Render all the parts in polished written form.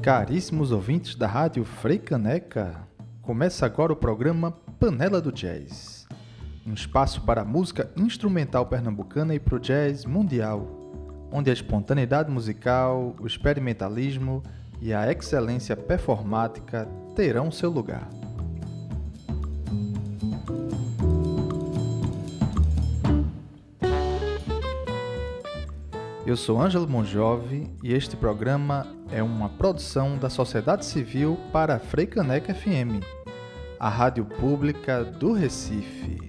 Caríssimos ouvintes da Rádio Frei Caneca, começa agora o programa Panela do Jazz, um espaço para a música instrumental pernambucana e para o jazz mundial, onde a espontaneidade musical, o experimentalismo e a excelência performática terão seu lugar. Eu sou Ângelo Monjove e este programa é uma produção da Sociedade Civil para a Frei Caneca FM, a rádio pública do Recife.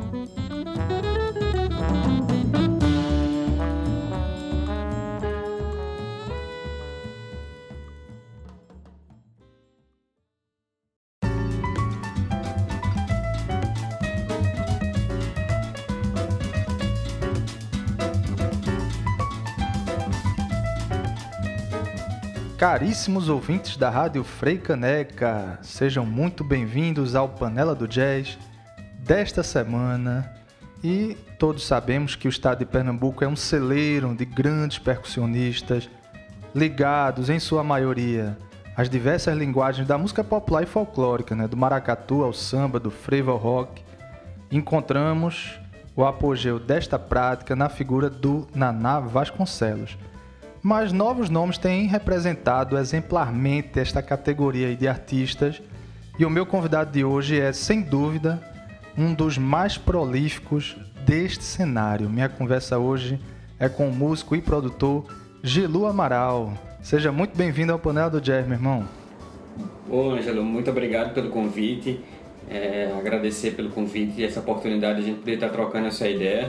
Caríssimos ouvintes da Rádio Frei Caneca, sejam muito bem-vindos ao Panela do Jazz desta semana. E todos sabemos que o estado de Pernambuco é um celeiro de grandes percussionistas, ligados, em sua maioria, às diversas linguagens da música popular e folclórica, do maracatu ao samba, do frevo ao rock. Encontramos o apogeu desta prática na figura do Naná Vasconcelos. Mas novos nomes têm representado exemplarmente esta categoria de artistas, e o meu convidado de hoje é, sem dúvida, um dos mais prolíficos deste cenário. Minha conversa hoje é com o músico e produtor Gilu Amaral. Seja muito bem-vindo ao Panela do Jazz, meu irmão. Ô, Ângelo, muito obrigado pelo convite. Agradecer pelo convite e essa oportunidade de a gente poder estar trocando essa ideia,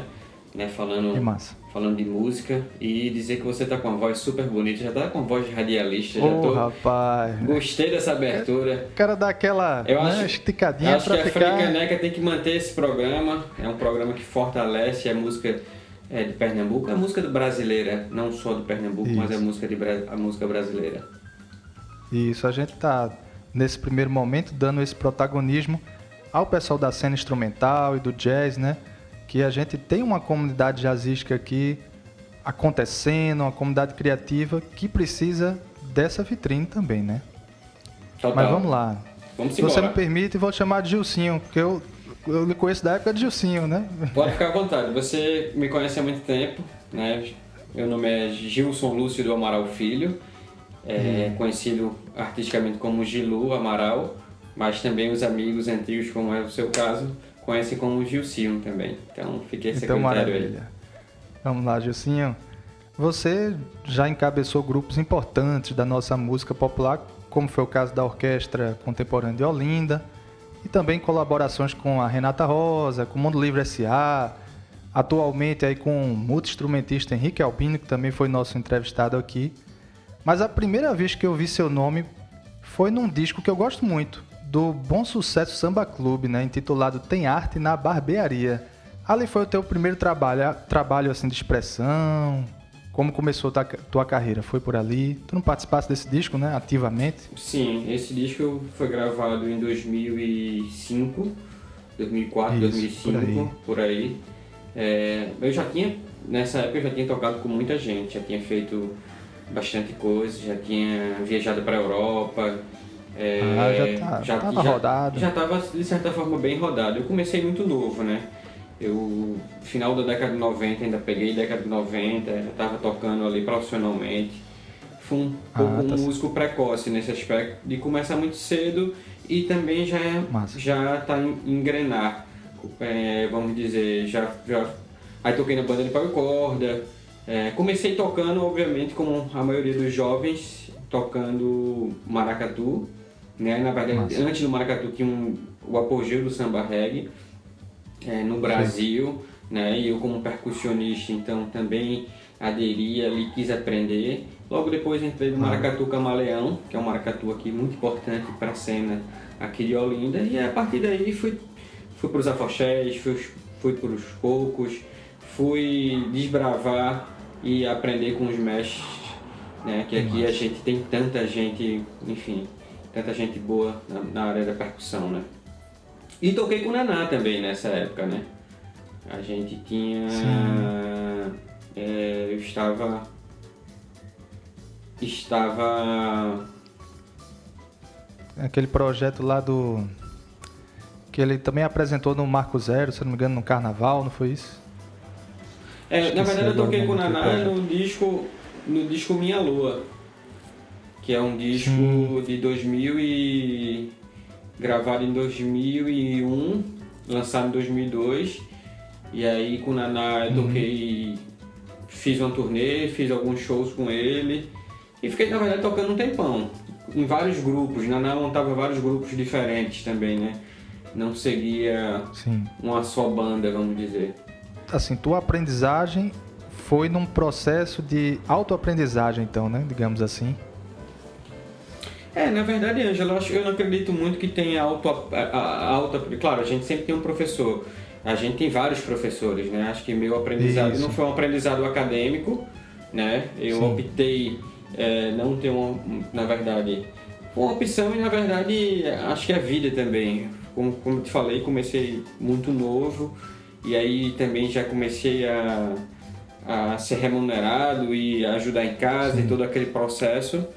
falando de música, e dizer que você está com uma voz super bonita, já está com uma voz de radialista. Rapaz! Gostei dessa abertura. O cara dá aquela esticadinha acho pra que ficar... a Frei Caneca tem que manter esse programa. É um programa que fortalece a música de Pernambuco, a música brasileira, não só do Pernambuco, mas a música brasileira. Isso, a gente está nesse primeiro momento dando esse protagonismo ao pessoal da cena instrumental e do jazz, que a gente tem uma comunidade jazzística aqui acontecendo, uma comunidade criativa que precisa dessa vitrine também, Total. Mas vamos lá. Vamos Se embora. você me permite, vou chamar de Gilcinho, porque eu lhe conheço da época de Gilcinho, Pode ficar à vontade. Você me conhece há muito tempo, Meu nome é Gilson Lúcio do Amaral Filho, conhecido artisticamente como Gilu Amaral, mas também os amigos antigos, como é o seu caso, conhecem como Gilcinho também. Então, fiquei esse comentário aí. Vamos lá, Gilcinho. Você já encabeçou grupos importantes da nossa música popular, como foi o caso da Orquestra Contemporânea de Olinda, e também colaborações com a Renata Rosa, com o Mundo Livre S.A., atualmente aí com o multi-instrumentista Henrique Albino, que também foi nosso entrevistado aqui. Mas a primeira vez que eu vi seu nome foi num disco que eu gosto muito, do Bom Sucesso Samba Clube, intitulado Tem Arte na Barbearia. Ali foi o teu primeiro trabalho assim, de expressão? Como começou a tua carreira? Foi por ali? Tu não participaste desse disco, ativamente? Sim, esse disco foi gravado em 2005, 2004, isso, 2005, por aí. Nessa época eu já tinha tocado com muita gente, já tinha feito bastante coisa, já tinha viajado para a Europa. Já estava rodado. Já estava, de certa forma, bem rodado. Eu comecei muito novo, Eu, final da década de 90, ainda peguei década de 90, já estava tocando ali profissionalmente. Fui um pouco músico precoce nesse aspecto, de começar muito cedo e também já tá engrenar. Vamos dizer, aí toquei na banda de pau e corda. Comecei tocando, obviamente, como a maioria dos jovens, tocando maracatu. Na verdade, antes do maracatu tinha o apogeu do samba reggae no Brasil, e eu como percussionista então também aderi ali, quis aprender. Logo depois entrei no maracatu camaleão, que é um maracatu aqui muito importante para a cena aqui de Olinda, e a partir daí fui para os afoxés, fui para os cocos, fui desbravar e aprender com os mestres, que aqui a gente tem tanta gente, tanta gente boa na área da percussão, E toquei com o Naná também nessa época, A gente tinha... eu estava Aquele projeto lá que ele também apresentou no Marco Zero, se não me engano, no Carnaval, não foi isso? Na verdade eu toquei com o Naná no disco Minha Lua, que é um disco de 2000 gravado em 2001, lançado em 2002. E aí com o Naná eu toquei, fiz uma turnê, fiz alguns shows com ele e fiquei na verdade tocando um tempão, em vários grupos. Naná montava vários grupos diferentes também, né? Não seguia uma só banda, vamos dizer. Assim, tua aprendizagem foi num processo de autoaprendizagem, então, né? Digamos assim. Na verdade, Ângela, eu não acredito muito que tenha Claro, a gente sempre tem um professor. A gente tem vários professores, né? Acho que meu aprendizado não foi um aprendizado acadêmico, né? Eu optei não ter na verdade, uma opção e, na verdade, acho que a vida também. Como eu te falei, comecei muito novo e aí também já comecei a ser remunerado e a ajudar em casa e todo aquele processo.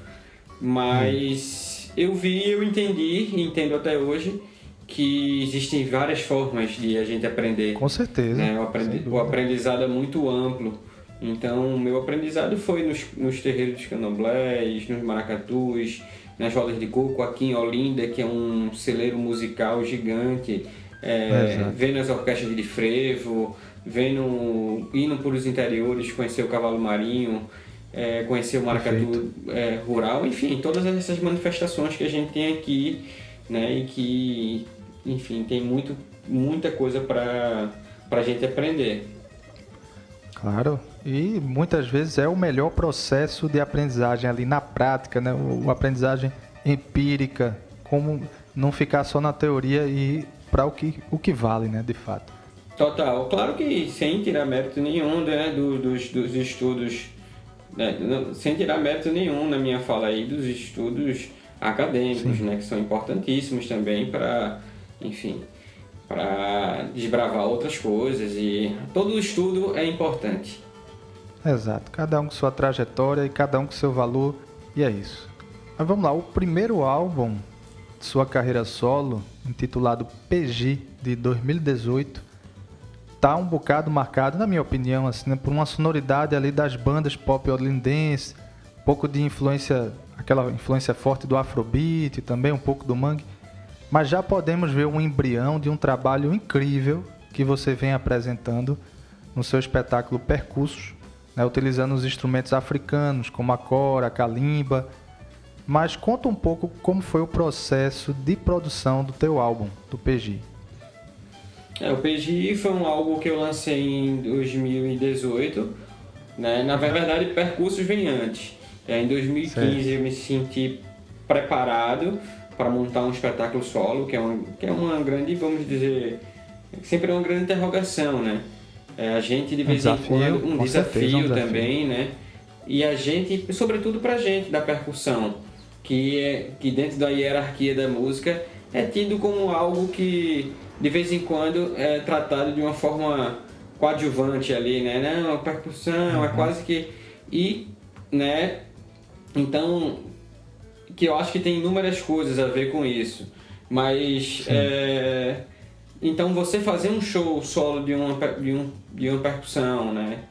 Mas eu entendi e entendo até hoje que existem várias formas de a gente aprender. Com certeza. Né? O aprendizado é muito amplo. Então, o meu aprendizado foi nos terreiros dos candomblés, nos maracatus, nas rodas de coco, aqui em Olinda, que é um celeiro musical gigante, vendo as orquestras de frevo, indo por os interiores, conhecer o cavalo marinho, conhecer o maracatu rural, enfim, todas essas manifestações que a gente tem aqui, né, e que, enfim, tem muita coisa para a gente aprender. Claro, e muitas vezes é o melhor processo de aprendizagem ali na prática, né? A aprendizagem empírica, como não ficar só na teoria e para o que vale, né, de fato. Total, claro que sem tirar mérito nenhum, né, dos estudos, né, sem tirar mérito nenhum na minha fala aí dos estudos acadêmicos, né, que são importantíssimos também para, enfim, para desbravar outras coisas, e todo estudo é importante. Exato, cada um com sua trajetória e cada um com seu valor, e é isso. Mas vamos lá, o primeiro álbum de sua carreira solo, intitulado PG, de 2018, tá um bocado marcado, na minha opinião, assim, né, por uma sonoridade ali das bandas pop olindense, um pouco de influência, aquela influência forte do Afrobeat e também um pouco do mangue. Mas já podemos ver um embrião de um trabalho incrível que você vem apresentando no seu espetáculo Percussos, né, utilizando os instrumentos africanos, como a cora, a calimba. Mas conta um pouco como foi o processo de produção do teu álbum, do PG. O PG foi um álbum que eu lancei em 2018. Né? Na verdade, Percussos vem antes. Em 2015 eu me senti preparado para montar um espetáculo solo, que é uma grande, vamos dizer, sempre é uma grande interrogação, né? A gente de vez em quando, um desafio também, né? E a gente, sobretudo pra gente da percussão, que dentro da hierarquia da música é tido como algo que de vez em quando é tratado de uma forma coadjuvante ali, né? Não, a percussão é quase que... né? Então, que eu acho que tem inúmeras coisas a ver com isso, mas então você fazer um show solo de uma percussão, né,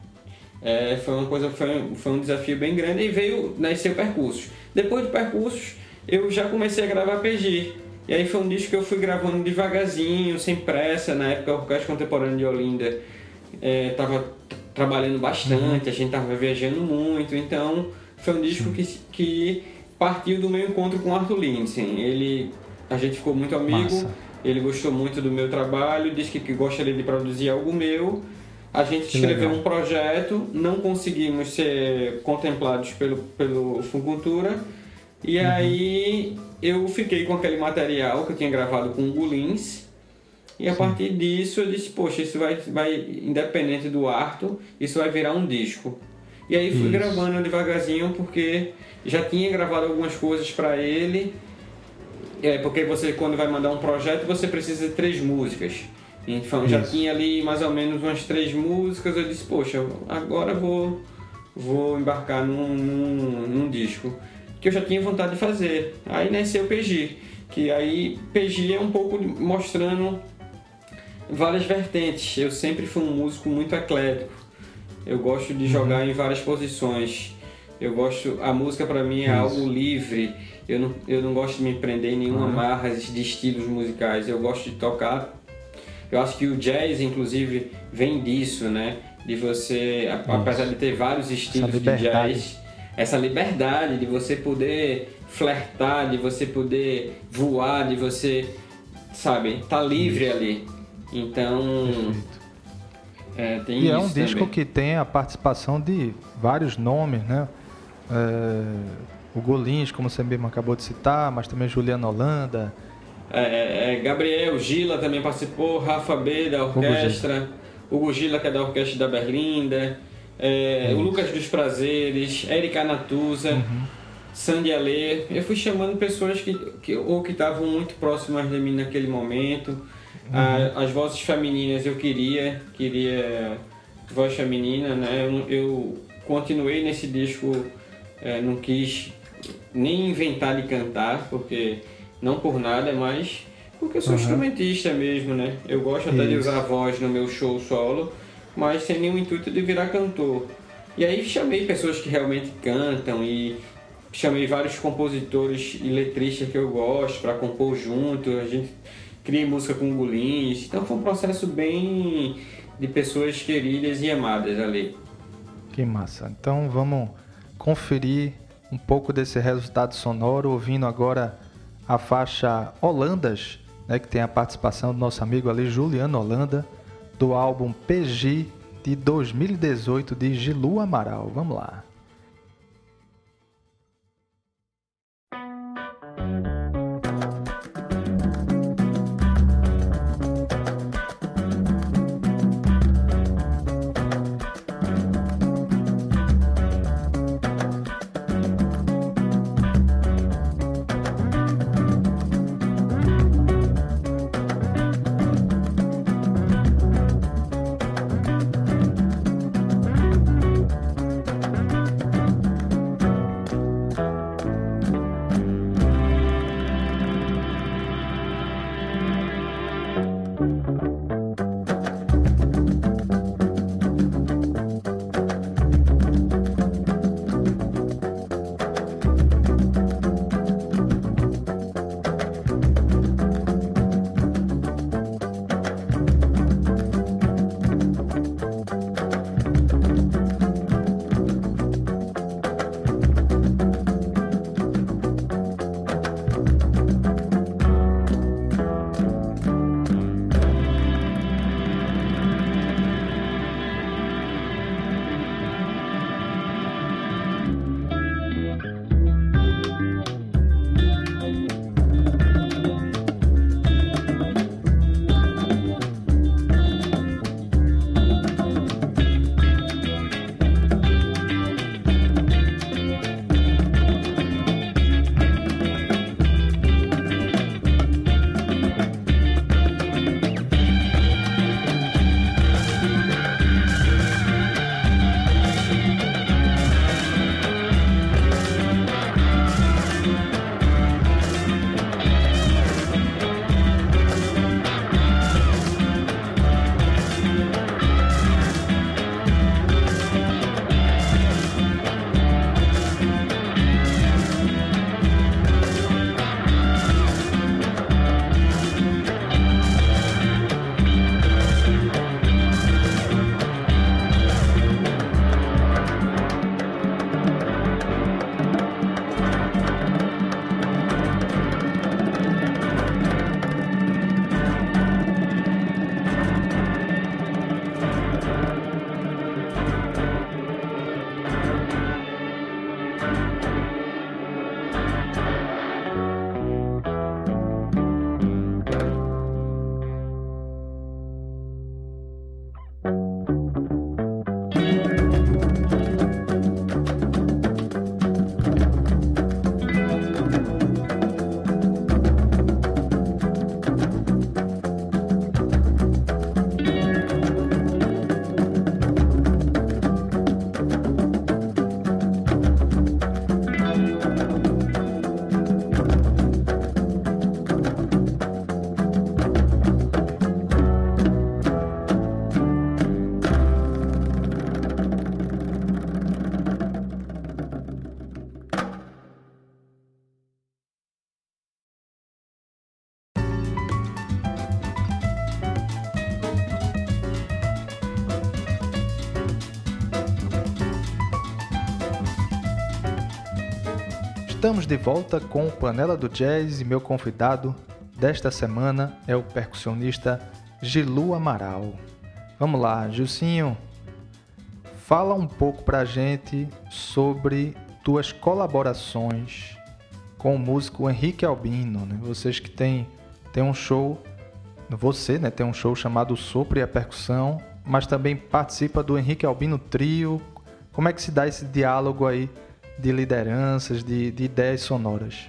foi um desafio bem grande, e veio nascer Percussos. Depois de Percussos eu já comecei a gravar PG, e aí foi um disco que eu fui gravando devagarzinho, sem pressa. Na época a Orquestra Contemporânea de Olinda estava trabalhando bastante, a gente estava viajando muito, então foi um disco que partiu do meu encontro com o Arthur Lindsay. A gente ficou muito amigo, ele gostou muito do meu trabalho, disse que gostaria de produzir algo meu. A gente escreveu um projeto, não conseguimos ser contemplados pelo Funcultura, e aí eu fiquei com aquele material que eu tinha gravado com o Gulins, e a partir disso eu disse, poxa, isso vai independente do Arthur, isso vai virar um disco. E aí fui gravando devagarzinho, porque já tinha gravado algumas coisas para ele, porque você, quando vai mandar um projeto, você precisa de 3 músicas. Então já tinha ali mais ou menos umas 3 músicas, eu disse, poxa, agora vou embarcar num disco, que eu já tinha vontade de fazer. Aí nasceu o PG. Que aí PG é um pouco mostrando várias vertentes. Eu sempre fui um músico muito eclético. Eu gosto de jogar em várias posições. A música para mim é algo livre. Eu não gosto de me prender em nenhuma marra de estilos musicais. Eu gosto de tocar. Eu acho que o jazz, inclusive, vem disso, né? De você, apesar de ter vários estilos de jazz, essa liberdade de você poder flertar, de você poder voar, de você, sabe, tá livre ali. Então, tem e isso. É um disco que tem a participação de vários nomes, né? O Golins, como você mesmo acabou de citar, mas também Juliano Holanda. Gabriel Gila também participou, Rafa B da orquestra, Hugo Gila, que é da orquestra da Berlinda, o Lucas dos Prazeres, Erika Natuza, Sandy Alê. Eu fui chamando pessoas que estavam muito próximas de mim naquele momento. As vozes femininas eu queria voz feminina, né? Eu continuei nesse disco, não quis nem inventar de cantar, porque não por nada, mas porque eu sou instrumentista mesmo, né? Eu gosto até de usar a voz no meu show solo, mas sem nenhum intuito de virar cantor. E aí chamei pessoas que realmente cantam e chamei vários compositores e letristas que eu gosto para compor junto. A gente cria música com Golins. Então foi um processo bem de pessoas queridas e amadas ali. Que massa. Então vamos conferir um pouco desse resultado sonoro, ouvindo agora a faixa Holandas, né, que tem a participação do nosso amigo ali, Juliano Holanda, do álbum PG de 2018 de Gilu Amaral. Vamos lá. Estamos de volta com o Panela do Jazz e meu convidado desta semana é o percussionista Gilu Amaral. Vamos lá, Gilcinho, fala um pouco pra gente sobre tuas colaborações com o músico Henrique Albino, né? Vocês que tem um show, você, né, tem um show chamado Sopro e a Percussão, mas também participa do Henrique Albino Trio. Como é que se dá esse diálogo aí de lideranças, de ideias sonoras?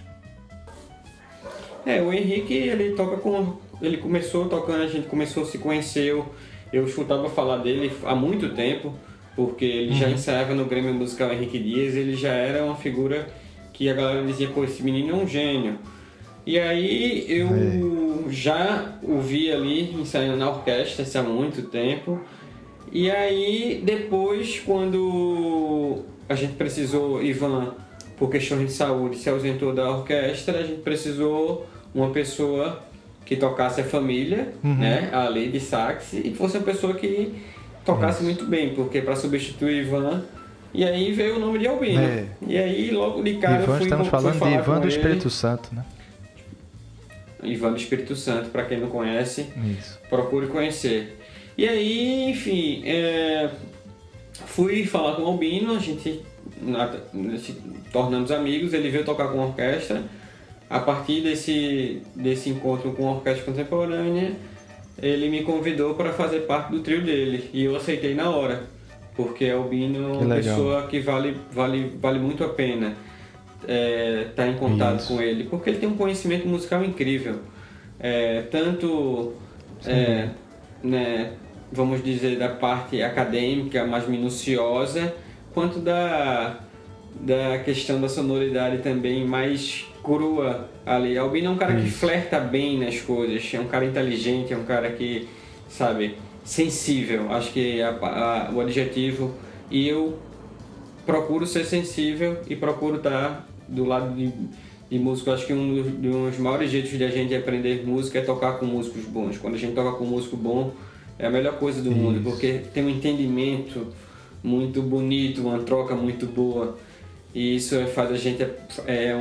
O Henrique, ele começou tocando, a gente começou a se conhecer, eu escutava falar dele há muito tempo, porque ele já ensaiava no Grêmio Musical Henrique Dias, ele já era uma figura que a galera dizia, pô, esse menino é um gênio. E aí eu já o vi ali ensaiando na orquestra há muito tempo. E aí depois, quando a gente precisou, Ivan, por questões de saúde, se ausentou da orquestra, a gente precisou uma pessoa que tocasse a família, né, ali de sax, e fosse uma pessoa que tocasse muito bem, porque para substituir Ivan. E aí veio o nome de Albino. E aí logo de cara Ivan, eu fui estamos falando de Ivan do Espírito ele. Santo, né? Ivan do Espírito Santo, para quem não conhece, Isso. Procure conhecer. E aí, enfim, fui falar com o Albino, a gente se tornamos amigos, ele veio tocar com a orquestra. A partir desse encontro com a orquestra contemporânea, ele me convidou para fazer parte do trio dele, e eu aceitei na hora, porque Albino é uma pessoa que vale muito a pena estar em contato com ele, porque ele tem um conhecimento musical incrível, tanto né, vamos dizer, da parte acadêmica mais minuciosa, quanto da questão da sonoridade também mais crua ali. Albino é um cara que flerta bem nas coisas, é um cara inteligente, é um cara que, sabe, sensível, acho que o adjetivo, e eu procuro ser sensível e procuro estar do lado de músico. Acho que um dos maiores jeitos de a gente aprender música é tocar com músicos bons. Quando a gente toca com um músico bom, é a melhor coisa do mundo, porque tem um entendimento muito bonito, uma troca muito boa, e isso faz a gente é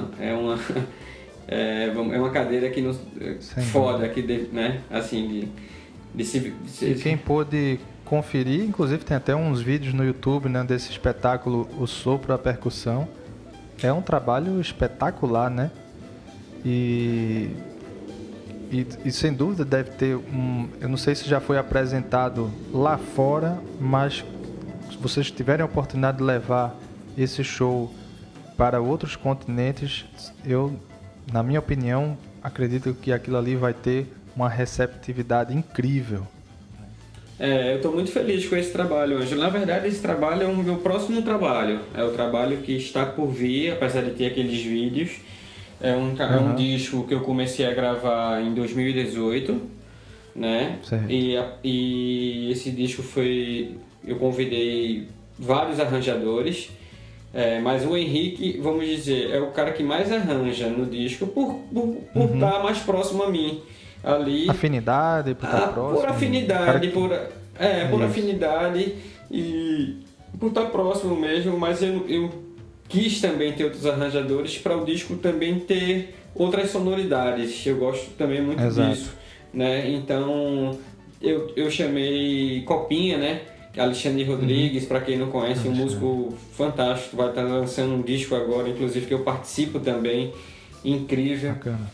uma cadeira que nos foda aqui, né, assim de se e quem pôde conferir, inclusive tem até uns vídeos no YouTube, né, desse espetáculo O Sopro, a Percussão. É um trabalho espetacular, né? E sem dúvida deve ter eu não sei se já foi apresentado lá fora, mas se vocês tiverem a oportunidade de levar esse show para outros continentes, eu, na minha opinião, acredito que aquilo ali vai ter uma receptividade incrível. Eu estou muito feliz com esse trabalho, Ângelo. Na verdade, esse trabalho é o meu próximo trabalho. É o trabalho que está por vir, apesar de ter aqueles vídeos. É um disco que eu comecei a gravar em 2018, né? E esse disco eu convidei vários arranjadores, mas o Henrique, vamos dizer, é o cara que mais arranja no disco por estar mais próximo a mim. Ali, afinidade, por estar próximo. Por afinidade, por afinidade e por estar próximo mesmo, mas eu quis também ter outros arranjadores para o disco também ter outras sonoridades. Eu gosto também muito disso, né? Então eu chamei Copinha, né? Alexandre Rodrigues, para quem não conhece, um músico fantástico, vai estar lançando um disco agora, inclusive que eu participo também, incrível. Bacana.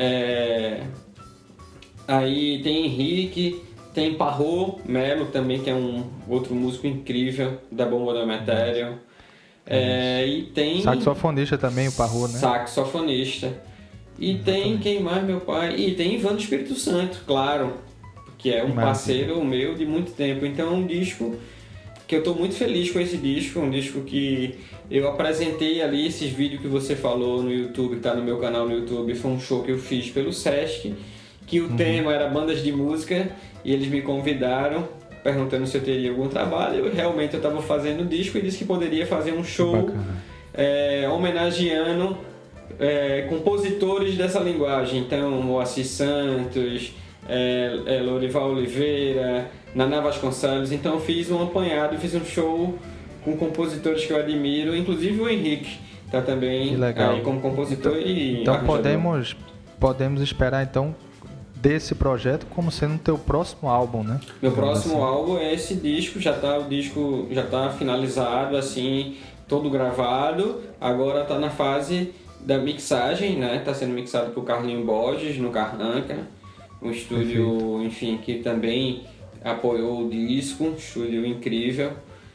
Aí tem Henrique, tem Parro Melo também, que é um outro músico incrível da Bomba da Material. E tem... saxofonista também, o Parro, né? Saxofonista. E tem quem mais, meu pai? E tem Ivan do Espírito Santo, claro, que é um parceiro meu de muito tempo. Então é um disco que eu estou muito feliz com esse disco, um disco que eu apresentei ali, esses vídeos que você falou no YouTube, que está no meu canal no YouTube, foi um show que eu fiz pelo Sesc, que o tema era bandas de música, e eles me convidaram, perguntando se eu teria algum trabalho. Eu estava fazendo o disco e disse que poderia fazer um show homenageando compositores dessa linguagem. Então, Moacir Santos, Lorival Oliveira, Naná Vasconcelos. Então eu fiz um apanhado, fiz um show com compositores que eu admiro, inclusive o Henrique tá também aí como compositor e então podemos esperar então desse projeto como sendo o teu próximo álbum, né? Meu próximo álbum é esse disco, o disco já tá finalizado, assim, todo gravado, agora tá na fase da mixagem, né? Tá sendo mixado por Carlinho Borges no Carranca, um estúdio, enfim, que também apoiou o disco, um estúdio incrível.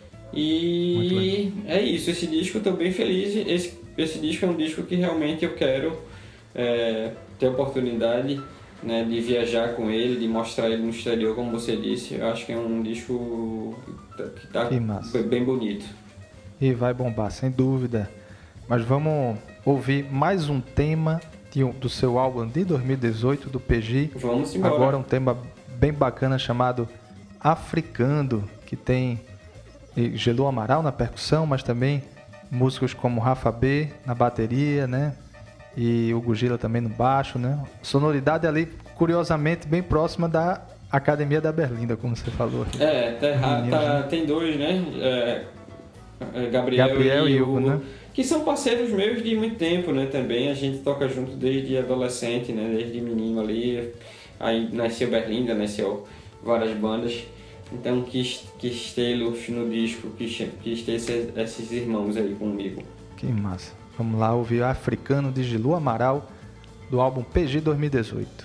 E é isso, esse disco eu tô bem feliz, esse disco é um disco que realmente eu quero ter a oportunidade, né, de viajar com ele, de mostrar ele no exterior, como você disse. Eu acho que é um disco que tá bem bonito. E vai bombar, sem dúvida. Mas vamos ouvir mais um tema do seu álbum de 2018, do PG. Vamos embora. Agora um tema bem bacana chamado Africando, que tem Gelu Amaral na percussão, mas também músicos como Rafa B na bateria, né? E o Gugila também no baixo, né? Sonoridade ali, curiosamente, bem próxima da Academia da Berlinda, como você falou. Tem dois, né? Gabriel e Hugo, né? Que são parceiros meus de muito tempo, né? Também a gente toca junto desde adolescente, né? Desde menino ali. Aí nasceu Berlinda, nasceu várias bandas. Então quis tê-los no disco, quis ter esses irmãos aí comigo. Que massa. Vamos lá ouvir Africano de Gelu Amaral, do álbum PG 2018.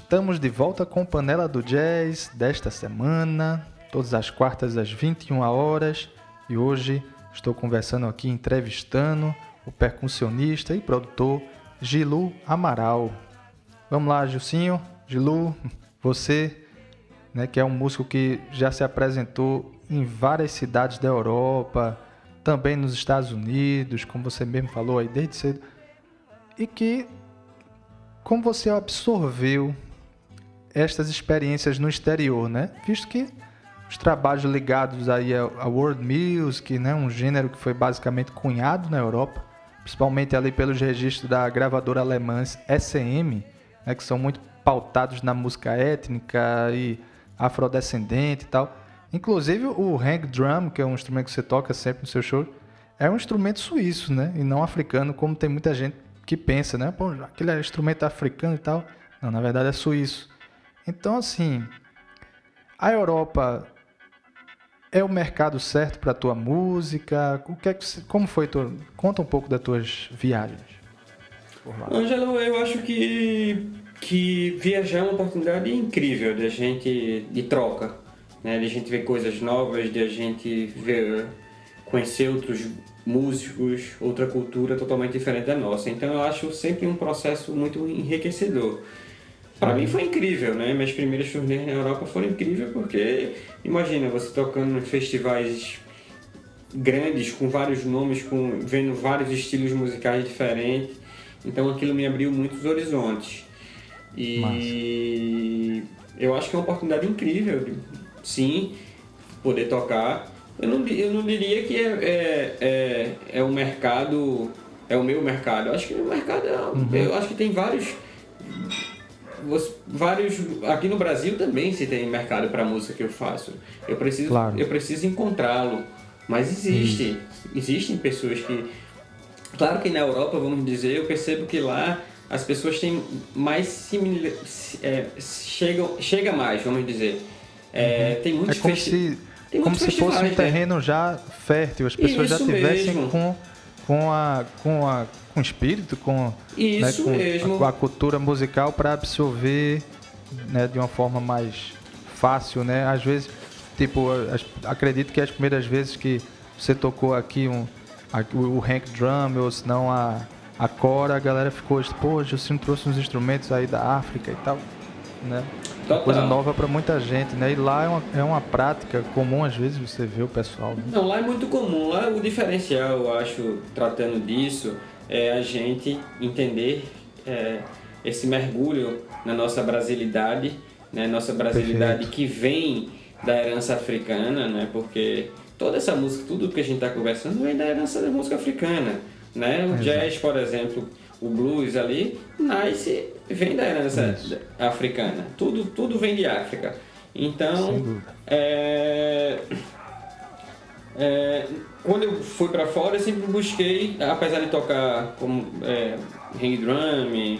Estamos de volta com Panela do Jazz desta semana, todas as quartas às 21 horas. E hoje estou conversando aqui, entrevistando o percussionista e produtor Gilu Amaral. Vamos lá, Gilcinho. Gilu, você, né, que é um músico que já se apresentou em várias cidades da Europa, também nos Estados Unidos, como você mesmo falou aí desde cedo, e que, como você absorveu estas experiências no exterior, né? Visto que os trabalhos ligados aí a World Music, né, um gênero que foi basicamente cunhado na Europa, principalmente ali pelos registros da gravadora alemã SM, né, que são muito pautados na música étnica e afrodescendente e tal. Inclusive o hang drum, que é um instrumento que você toca sempre no seu show, é um instrumento suíço, né, e não africano, como tem muita gente que pensa, né? Pô, aquele é instrumento africano e tal. Não, na verdade é suíço. Então, assim, a Europa é o mercado certo para a tua música? Como foi conta um pouco das tuas viagens por lá. Ângelo, eu acho que viajar é uma oportunidade incrível de troca, né? De a gente ver coisas novas, de a gente conhecer outros músicos, outra cultura totalmente diferente da nossa. Então eu acho sempre um processo muito enriquecedor. Para mim foi incrível, né? Minhas primeiras turnês na Europa foram incríveis porque, imagina, você tocando em festivais grandes, com vários nomes, vendo vários estilos musicais diferentes. Então aquilo me abriu muitos horizontes. E eu acho que é uma oportunidade incrível, sim, poder tocar. Eu não diria que é um mercado, é o meu mercado. Eu acho que o mercado eu acho que tem vários. Aqui no Brasil também se tem mercado para a música que eu faço. Eu preciso encontrá-lo, mas existem pessoas que, claro que na Europa, vamos dizer, eu percebo que lá as pessoas têm mais chega mais, vamos dizer. Tem muitos como se fosse um terreno já fértil, as pessoas já tivessem com espírito, com a cultura musical para absorver, né, de uma forma mais fácil, né? Às vezes, tipo, acredito que as primeiras vezes que você tocou aqui o hang drum ou se não a cora, a galera ficou, pô, Gilcinho trouxe uns instrumentos aí da África e tal, né? Total. Coisa nova para muita gente, né? E lá é uma prática comum, às vezes você vê o pessoal, né? Não, lá é muito comum. Lá o diferencial, eu acho, tratando disso, é a gente entender esse mergulho na nossa brasilidade, né? Nossa brasilidade que vem da herança africana, né? Porque toda essa música, tudo que a gente está conversando vem da herança da música africana, né? O jazz, por exemplo, o blues ali, vem da herança africana. Tudo vem de África. Então, quando eu fui para fora, eu sempre busquei, apesar de tocar como hang drum,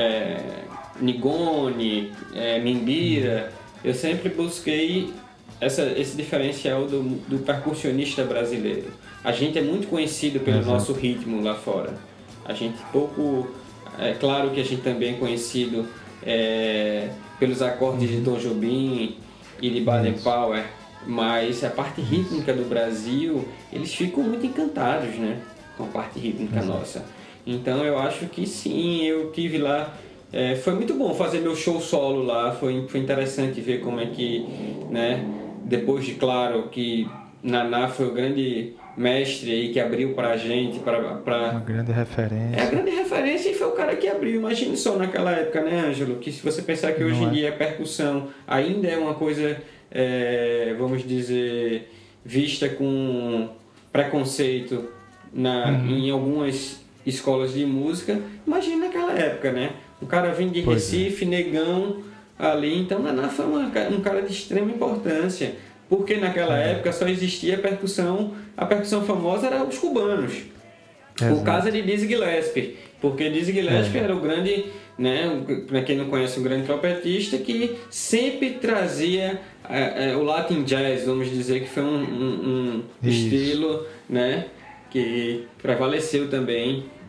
nigone, mimbira, eu sempre busquei esse diferencial do percussionista brasileiro. A gente é muito conhecido pelo nosso ritmo lá fora. A gente é claro que a gente também é conhecido pelos acordes de Tom Jobim e de Baden Powell, mas a parte rítmica do Brasil, eles ficam muito encantados, né, com a parte rítmica nossa. Então eu acho que sim, eu tive lá, foi muito bom fazer meu show solo lá, foi interessante ver como é que, né, depois de, claro, que Naná foi o grande mestre aí que abriu pra gente, uma grande referência. A grande referência e foi o cara que abriu. Imagine só naquela época, né, Ângelo? Que se você pensar que hoje em dia a percussão ainda é uma coisa, vamos dizer, vista com preconceito em algumas escolas de música, imagina naquela época, né? Um cara vindo de Recife, negão ali, então Naná foi um cara de extrema importância. Porque naquela época só existia a percussão famosa era os cubanos. Por causa de Dizzy Gillespie. Porque Dizzy Gillespie era o grande, né, para quem não conhece, um grande trompetista que sempre trazia o Latin Jazz, vamos dizer, que foi um estilo, né, que prevaleceu também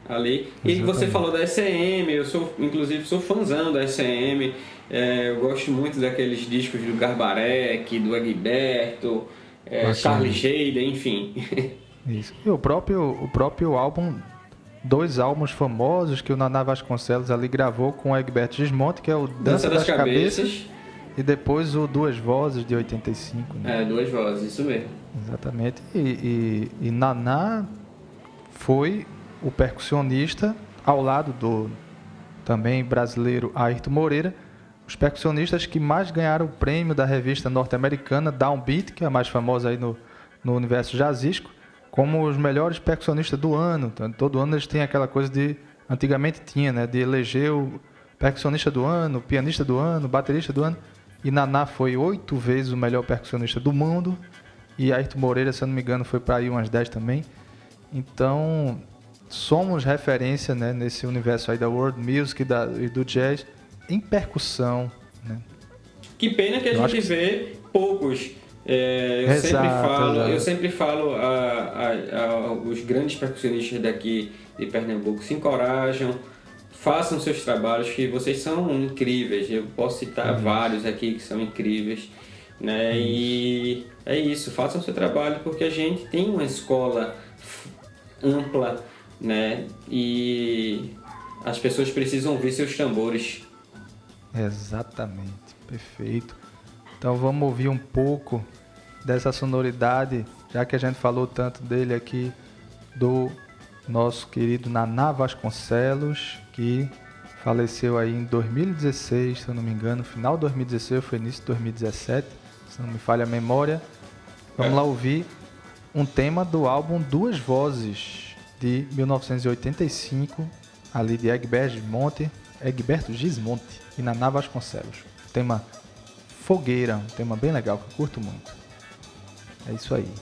ali. E você falou da S.E.M., eu sou, inclusive, sou fãzão da S.E.M., eu gosto muito daqueles discos do Garbarek, do Egberto, Charlie Shader, enfim. Isso. E o próprio álbum, 2 álbuns famosos que o Naná Vasconcelos ali gravou com o Egberto Gismonti, que é o Dança das Cabeças e depois o Duas Vozes, de 85. Né? Duas Vozes, isso mesmo. Exatamente. E Naná foi o percussionista ao lado do também brasileiro Ayrton Moreira, os percussionistas que mais ganharam o prêmio da revista norte-americana Downbeat, que é a mais famosa aí no universo jazzístico, como os melhores percussionistas do ano. Então, todo ano eles têm aquela coisa de... Antigamente tinha, né? De eleger o percussionista do ano, o pianista do ano, o baterista do ano. E Naná foi 8 vezes o melhor percussionista do mundo. E Ayrton Moreira, se eu não me engano, foi para aí umas 10 também. Então, somos referência, né, nesse universo aí da world music e do jazz em percussão. Né? Que pena que a gente vê poucos. Eu sempre falo os grandes percussionistas daqui de Pernambuco: se encorajam, façam seus trabalhos, que vocês são incríveis. Eu posso citar vários aqui que são incríveis, né? E é isso, façam seu trabalho, porque a gente tem uma escola ampla, né? E as pessoas precisam ouvir seus tambores. Exatamente, perfeito. Então vamos ouvir um pouco dessa sonoridade, já que a gente falou tanto dele aqui, do nosso querido Naná Vasconcelos, que faleceu aí em 2016, se eu não me engano, final de 2016, foi início de 2017, se não me falha a memória. Vamos lá ouvir um tema do álbum Duas Vozes, de 1985, ali de Egberto Gismonti e Naná Vasconcelos. Tema Fogueira, um tema bem legal que eu curto muito. É isso aí.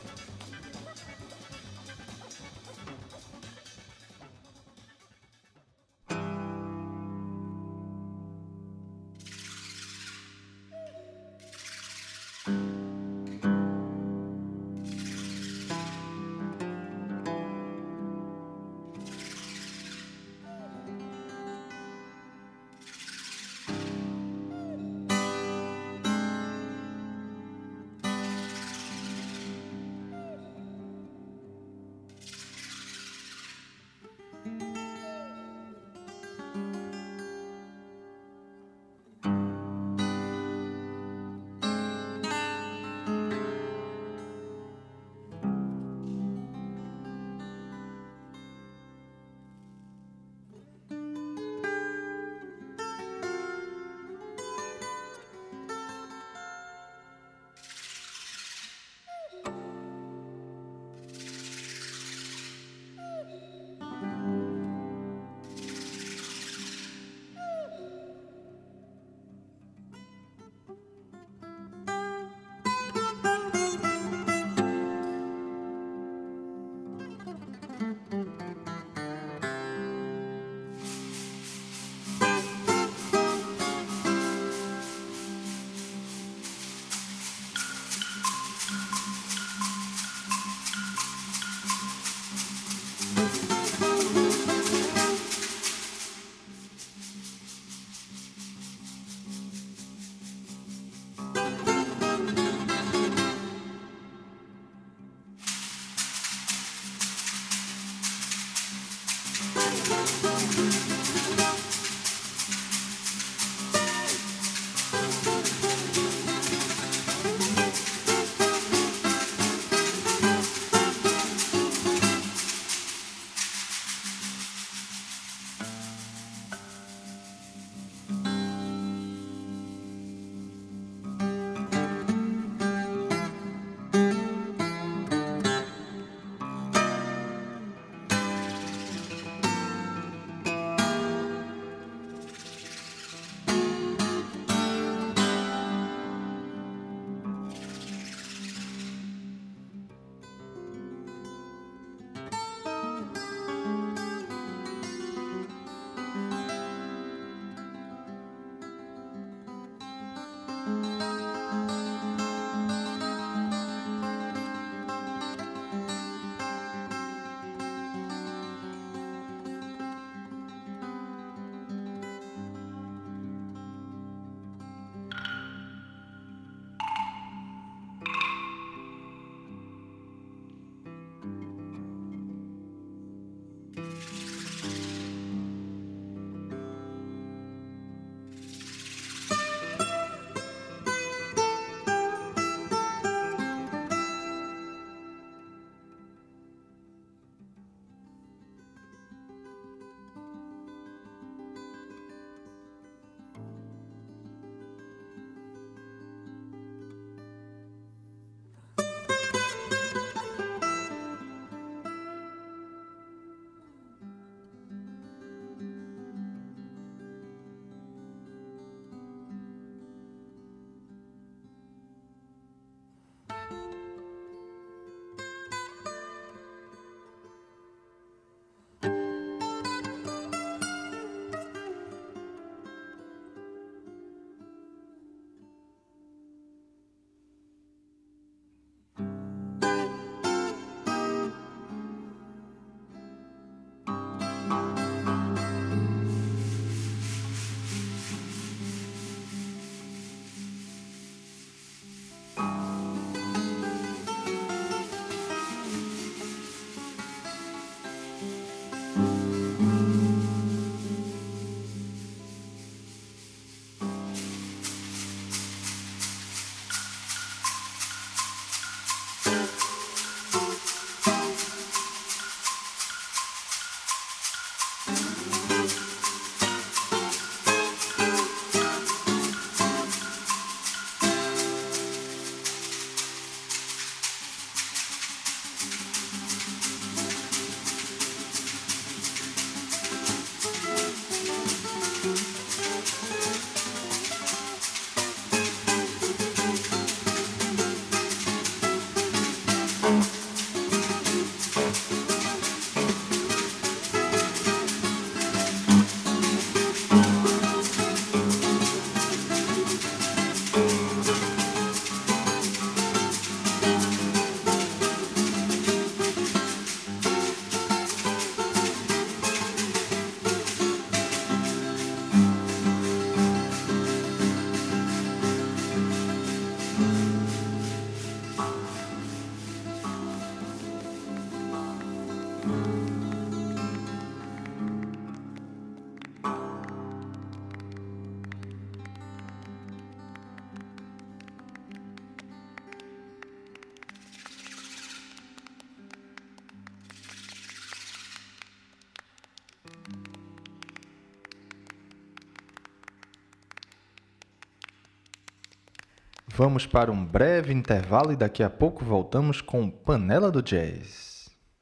Vamos para um breve intervalo e daqui a pouco voltamos com Panela do Jazz.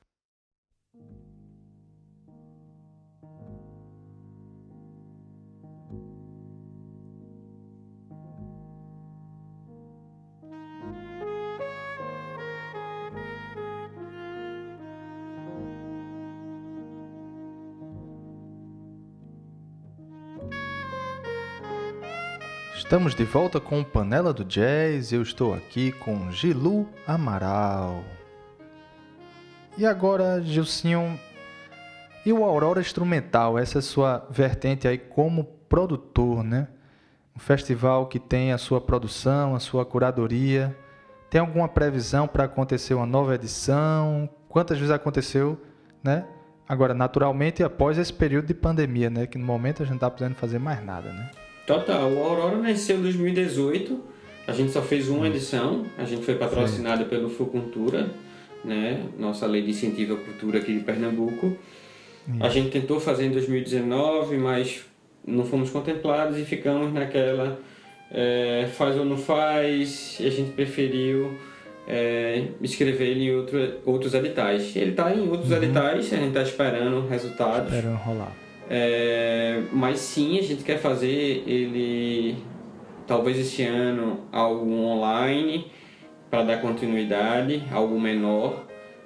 Estamos de volta com o Panela do Jazz. Eu estou aqui com Gilu Amaral. E agora, Gilcinho, e o Aurora Instrumental, essa é a sua vertente aí como produtor, né? Um festival que tem a sua produção, a sua curadoria. Tem alguma previsão para acontecer uma nova edição? Quantas vezes aconteceu, né? Agora, naturalmente, após esse período de pandemia, né? Que no momento a gente não está podendo fazer mais nada, né? Total, o Aurora nasceu em 2018, a gente só fez uma edição, a gente foi patrocinado pelo Fucultura, né? Nossa lei de incentivo à cultura aqui de Pernambuco. A gente tentou fazer em 2019, mas não fomos contemplados e ficamos naquela faz ou não faz, e a gente preferiu escrever ele em outros editais. Ele está em outros editais, a gente está esperando resultados. Esperando rolar. Mas sim, a gente quer fazer ele, talvez esse ano, algo online para dar continuidade, algo menor.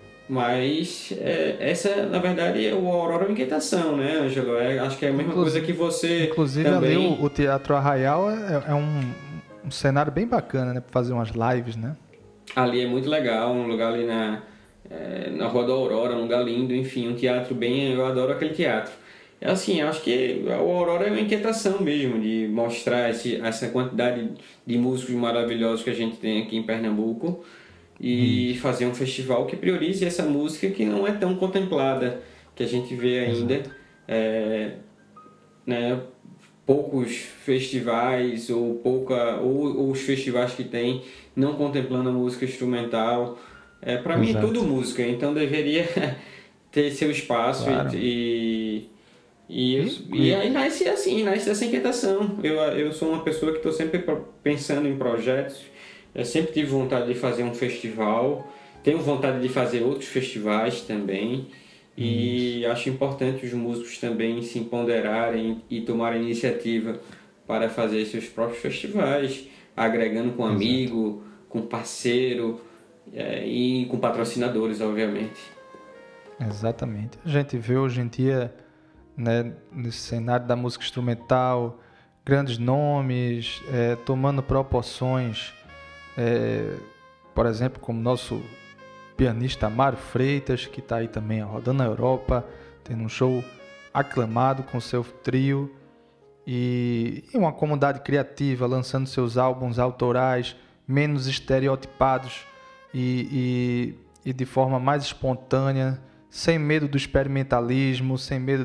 Mas essa, na verdade, é o Aurora Inquietação, né, Ângelo? Acho que é a mesma coisa que você. Inclusive, também... ali o Teatro Arraial é um cenário bem bacana, né, para fazer umas lives, né? Ali é muito legal, um lugar ali na Rua da Aurora, um lugar lindo, enfim, um teatro bem. Eu adoro aquele teatro. Assim, acho que o Aurora é uma inquietação mesmo de mostrar essa quantidade de músicos maravilhosos que a gente tem aqui em Pernambuco e fazer um festival que priorize essa música que não é tão contemplada, que a gente vê ainda, né, poucos festivais ou os festivais que tem não contemplando a música instrumental. Para mim é tudo música, então deveria ter seu espaço. Claro. E aí nasce essa inquietação. Eu sou uma pessoa que estou sempre pensando em projetos. Eu sempre tive vontade de fazer um festival. Tenho vontade de fazer outros festivais também. E acho importante os músicos também se empoderarem e tomarem iniciativa para fazer seus próprios festivais, agregando com amigo, com parceiro e com patrocinadores, obviamente. Exatamente. A gente vê hoje em dia, né, nesse cenário da música instrumental, grandes nomes tomando proporções, por exemplo, como nosso pianista Mário Freitas, que está aí também rodando na Europa, tendo um show aclamado com seu trio, e uma comunidade criativa lançando seus álbuns autorais menos estereotipados e de forma mais espontânea, sem medo do experimentalismo, sem medo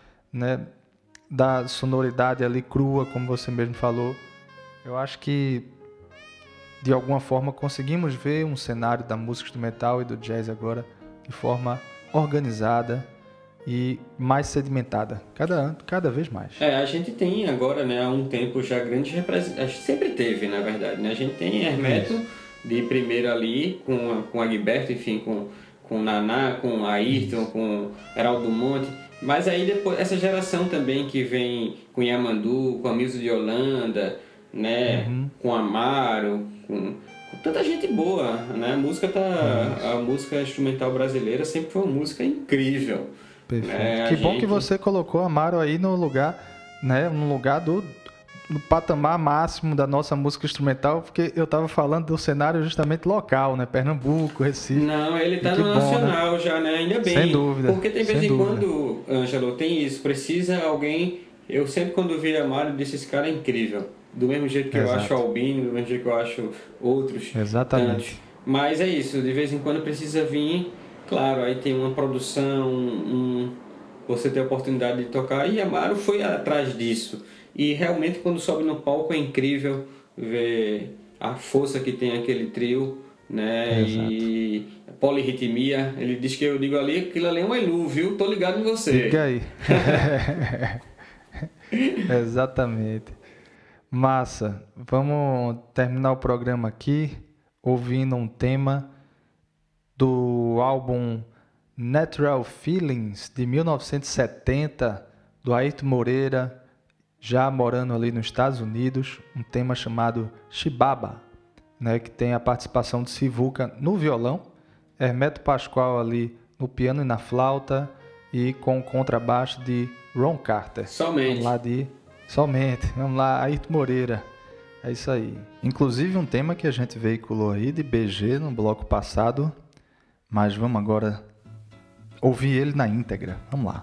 da sonoridade ali crua, como você mesmo falou. Eu acho que, de alguma forma, conseguimos ver um cenário da música instrumental e do jazz agora de forma organizada e mais sedimentada, cada vez mais. A gente tem agora, né, há um tempo já grandes representantes, sempre teve, na verdade, né? A gente tem Hermeto de primeiro ali, com Agberto, enfim, com Naná, com Ayrton, com Heraldo Monte, mas aí depois essa geração também que vem com Yamandu, com Amilson de Holanda, né, com Amaro, com tanta gente boa, né? A música instrumental brasileira sempre foi uma música incrível. Perfeito. Que bom que você colocou Amaro aí no lugar, né? No lugar no patamar máximo da nossa música instrumental, porque eu estava falando do cenário justamente local, né? Pernambuco, Recife. Não, ele está no nacional, né? Já, né? Ainda bem. Sem dúvida. Porque tem vez em quando, Ângelo, tem isso. Precisa alguém... Eu sempre quando vi Amaro, disse, esse cara é incrível. Do mesmo jeito que eu acho Albino, do mesmo jeito que eu acho outros. Exatamente. Tantos. Mas é isso, de vez em quando precisa vir... Claro, aí tem uma produção, você tem a oportunidade de tocar. E Amaro foi atrás disso. E realmente quando sobe no palco é incrível ver a força que tem aquele trio, né? Exato. E polirritmia, ele diz que eu digo ali, aquilo ali é um elu, viu? Tô ligado em você. Fica aí. Exatamente. Massa. Vamos terminar o programa aqui ouvindo um tema do álbum Natural Feelings de 1970 do Ayrton Moreira, já morando ali nos Estados Unidos, um tema chamado Chibaba, né, que tem a participação de Sivuca no violão, Hermeto Pascoal ali no piano e na flauta e com o contrabaixo de Ron Carter. Somente. Vamos lá, Ayrton Moreira. É isso aí. Inclusive um tema que a gente veiculou aí de BG no bloco passado, mas vamos agora ouvir ele na íntegra. Vamos lá.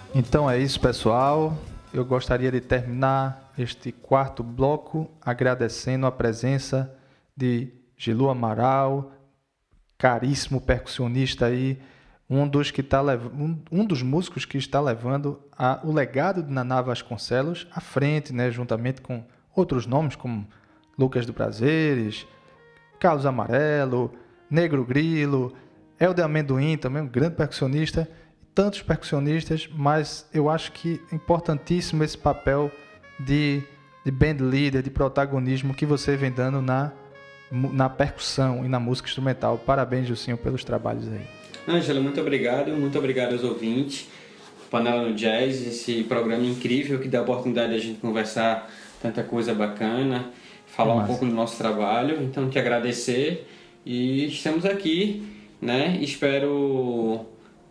Então é isso, pessoal. Eu gostaria de terminar este quarto bloco agradecendo a presença de Gilu Amaral, caríssimo percussionista aí, um dos músicos que está levando o legado de Naná Vasconcelos à frente, né, juntamente com outros nomes como Lucas do Prazeres, Carlos Amarelo, Negro Grilo, Helder Amendoim, também um grande percussionista, tantos percussionistas, mas eu acho que é importantíssimo esse papel de band leader, de protagonismo que você vem dando na percussão e na música instrumental. Parabéns, Gilcinho, pelos trabalhos aí. Ângela, muito obrigado aos ouvintes. Panela no Jazz, esse programa incrível que dá a oportunidade de a gente conversar tanta coisa bacana, falar um pouco do nosso trabalho. Então, te agradecer e estamos aqui, né? Espero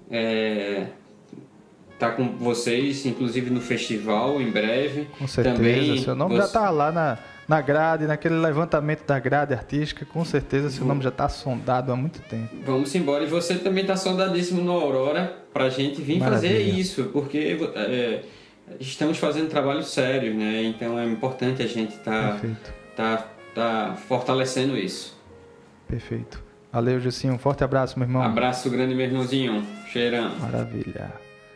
estar com vocês, inclusive no festival, em breve. Com certeza, também, seu nome já está lá na grade, naquele levantamento da grade artística, com certeza seu nome já está sondado há muito tempo. Vamos embora, e você também está sondadíssimo no Aurora para a gente vir fazer isso, porque estamos fazendo trabalho sério, né? Então é importante a gente tá fortalecendo isso. Perfeito. Valeu, Gilcinho. Um forte abraço, meu irmão. Abraço grande, meu irmãozinho. Cheirão. Maravilha.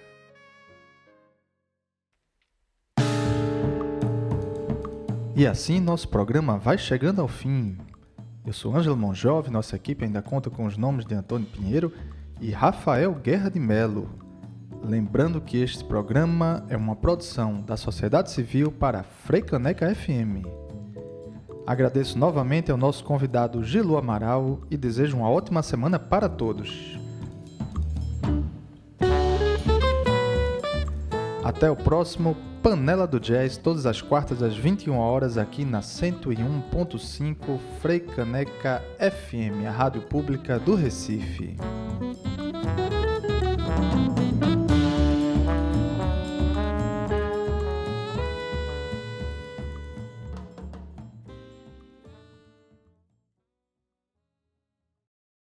E assim nosso programa vai chegando ao fim. Eu sou Ângelo Monjove, nossa equipe ainda conta com os nomes de Antônio Pinheiro e Rafael Guerra de Melo. Lembrando que este programa é uma produção da Sociedade Civil para Freicaneca FM. Agradeço novamente ao nosso convidado Gilu Amaral e desejo uma ótima semana para todos. Até o próximo Panela do Jazz, todas as quartas às 21 horas aqui na 101.5 Freicaneca FM, a rádio pública do Recife.